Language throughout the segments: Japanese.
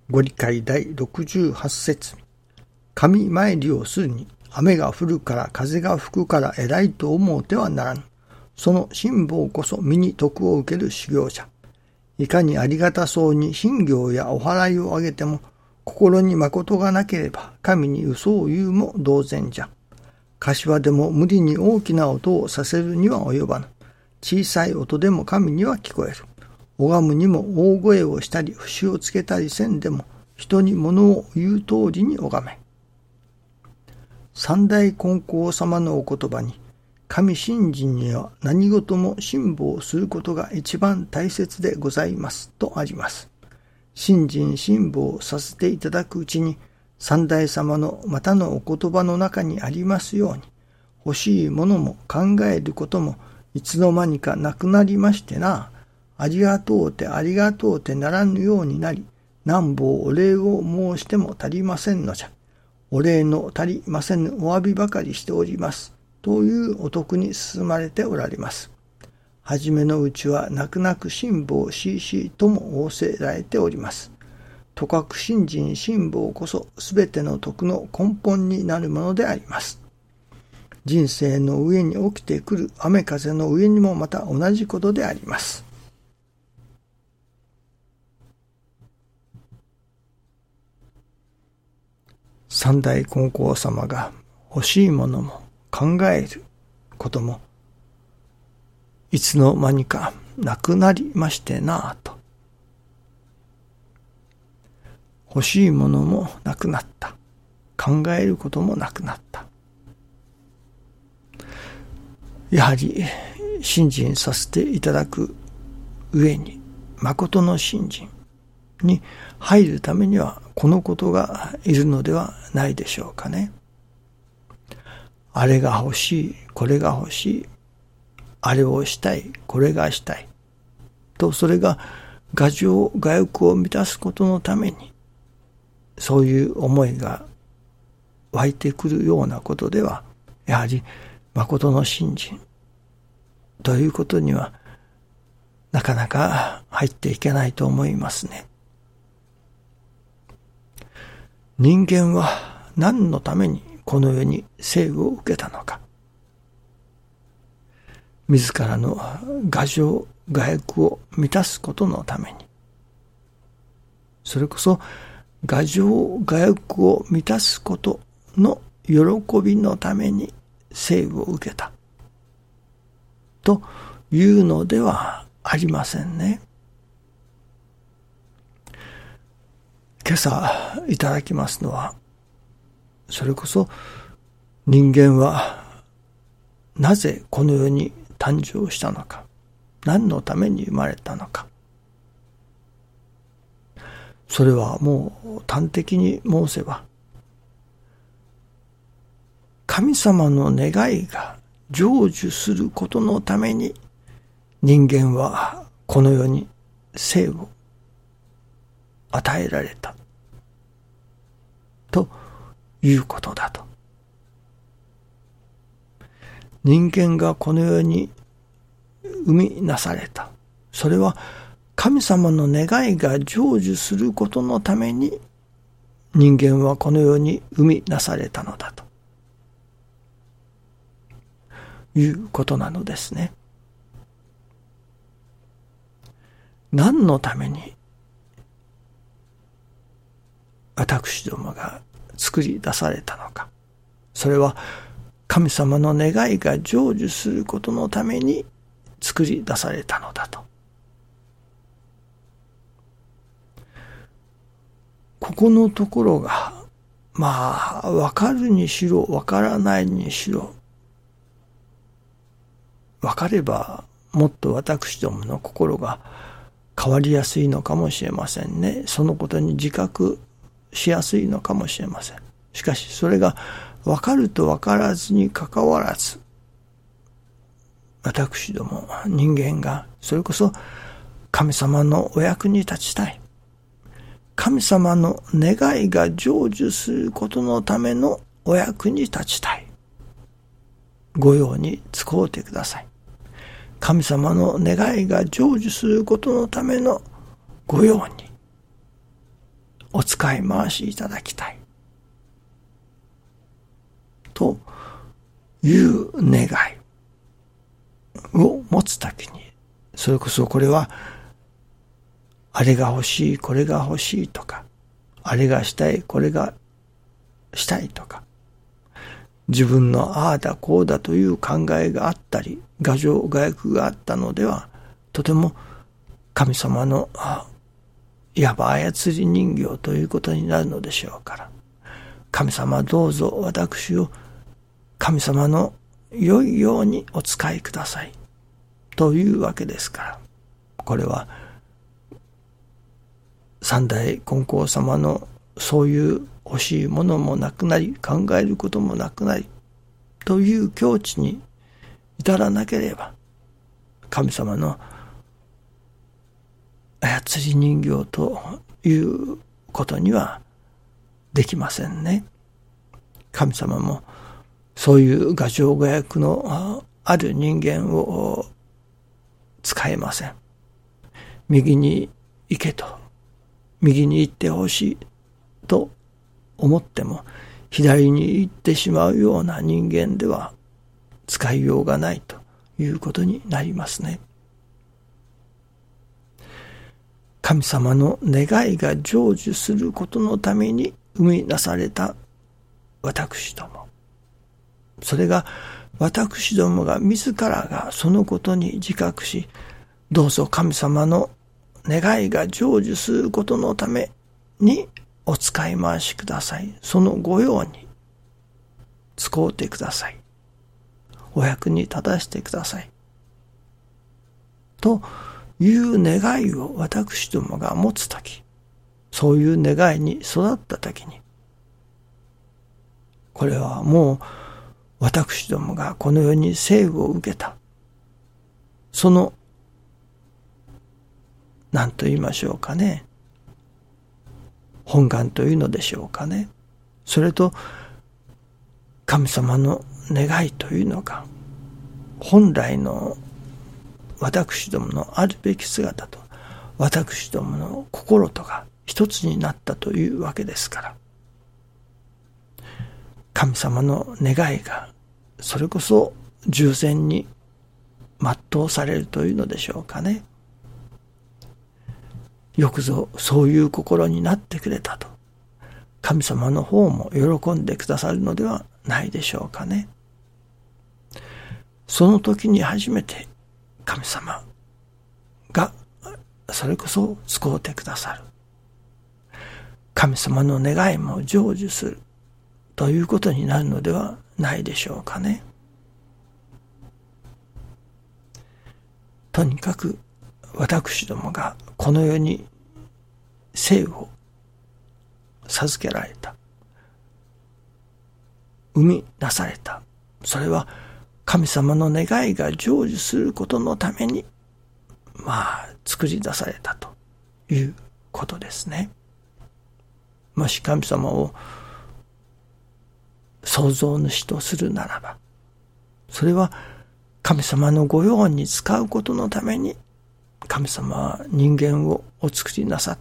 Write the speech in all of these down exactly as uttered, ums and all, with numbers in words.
ご理解第ろくじゅうはち節。神参りをするに、雨が降るから風が吹くから偉いと思うてはならぬ。その辛抱こそ身に徳を受ける修行者。いかにありがたそうに信行やお祓いをあげても、心に誠がなければ神に嘘を言うも同然じゃ。柏でも無理に大きな音をさせるには及ばぬ。小さい音でも神には聞こえる。拝むにも大声をしたり節をつけたりせんでも、人に物を言う通りに拝め。三代金光様のお言葉に、神信心には何事も辛抱することが一番大切でございますとあります。信心辛抱させていただくうちに、三代様のまたのお言葉の中にありますように、欲しいものも考えることもいつの間にかなくなりましてな、ありがとうてありがとうてならぬようになり、何方お礼を申しても足りませんのじゃ。お礼の足りませぬお詫びばかりしております。というお徳に進まれておられます。はじめのうちは泣く泣く辛抱しいしいとも仰せられております。とかく信心辛抱こそすべての徳の根本になるものであります。人生の上に起きてくる雨風の上にもまた同じことであります。三代金光様が欲しいものも考えることもいつの間にかなくなりましてなぁと。欲しいものもなくなった。考えることもなくなった。やはり信心させていただく上に、誠の信心に入るためにはこのことがいるのではないでしょうかね。あれが欲しい、これが欲しい、あれをしたい、これがしたいと、それが我情我欲を満たすことのためにそういう思いが湧いてくるようなことでは、やはり誠の信心ということにはなかなか入っていけないと思いますね。人間は何のためにこの世に生を受けたのか。自らの我情我欲を満たすことのために、それこそ我情我欲を満たすことの喜びのために生を受けたというのではありませんね。今朝いただきますのは、それこそ人間はなぜこの世に誕生したのか、何のために生まれたのか。それはもう端的に申せば、神様の願いが成就することのために人間はこの世に生を与えられたということだと。人間がこの世に生みなされた。それは神様の願いが成就することのために人間はこの世に生みなされたのだということなのですね。何のために私どもが作り出されたのか。それは神様の願いが成就することのために作り出されたのだと。ここのところが、まあ、わかるにしろ、わからないにしろ、わかればもっと私どもの心が変わりやすいのかもしれませんね。そのことに自覚しやすいのかもしれません。しかしそれがわかるとわからずにかかわらず、私ども人間がそれこそ神様のお役に立ちたい、神様の願いが成就することのためのお役に立ちたい、ご用に使うてください。神様の願いが成就することのためのご用にお使い回しいただきたいという願いを持つときに、それこそこれはあれが欲しいこれが欲しいとか、あれがしたいこれがしたいとか、自分のああだこうだという考えがあったり、牙城牙欲があったのでは、とても神様のいわば操り人形ということになるのでしょうから、神様どうぞ私を神様の良いようにお使いくださいというわけですから、これは三代金光様のそういう欲しいものもなくなり、考えることもなくなりという境地に至らなければ、神様の操り人形ということにはできませんね。神様もそういう牙城牙欲のある人間を使えません。右に行けと、右に行ってほしいと思っても左に行ってしまうような人間では使いようがないということになりますね。神様の願いが成就することのために生み出された私ども、それが私どもが自らがそのことに自覚し、どうぞ神様の願いが成就することのためにお使い回しください。そのご用に使うてください。お役に立たせてください。という願いを私どもが持つとき、そういう願いに育ったときに、これはもう私どもがこの世に生を受けた、その何と言いましょうかね、本願というのでしょうかね。それと神様の願いというのが本来の私どものあるべき姿と私どもの心とが一つになったというわけですから、神様の願いがそれこそ従前に全うされるというのでしょうかね。よくぞそういう心になってくれたと、神様の方も喜んでくださるのではないでしょうかね。その時に初めて神様がそれこそ使うてくださる、神様の願いも成就するということになるのではないでしょうかね。とにかく私どもがこの世に生を授けられた、生み出された、それは神様の願いが成就することのためにまあ作り出されたということですね。もし神様を創造主とするならば、それは神様のご用に使うことのために神様は人間をお作りなさった。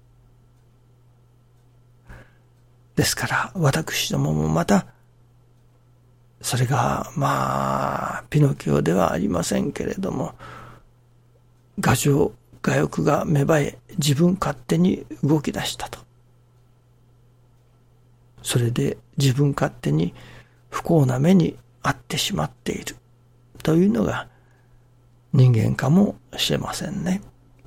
ですから私どももまた、それがまあピノキオではありませんけれども、牙城牙欲が芽生え自分勝手に動き出したと。それで自分勝手に不幸な目に遭ってしまっているというのが人間かもしれませんね。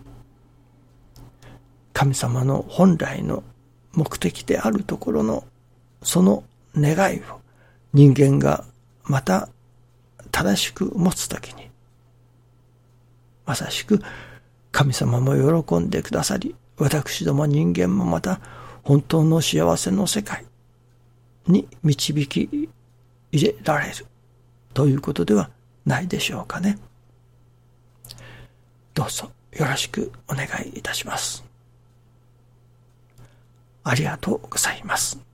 神様の本来の目的であるところのその願いを人間がまた正しく持つときに、まさしく神様も喜んでくださり、私ども人間もまた本当の幸せの世界に導き入れられるということではないでしょうかね。どうぞよろしくお願いいたします。ありがとうございます。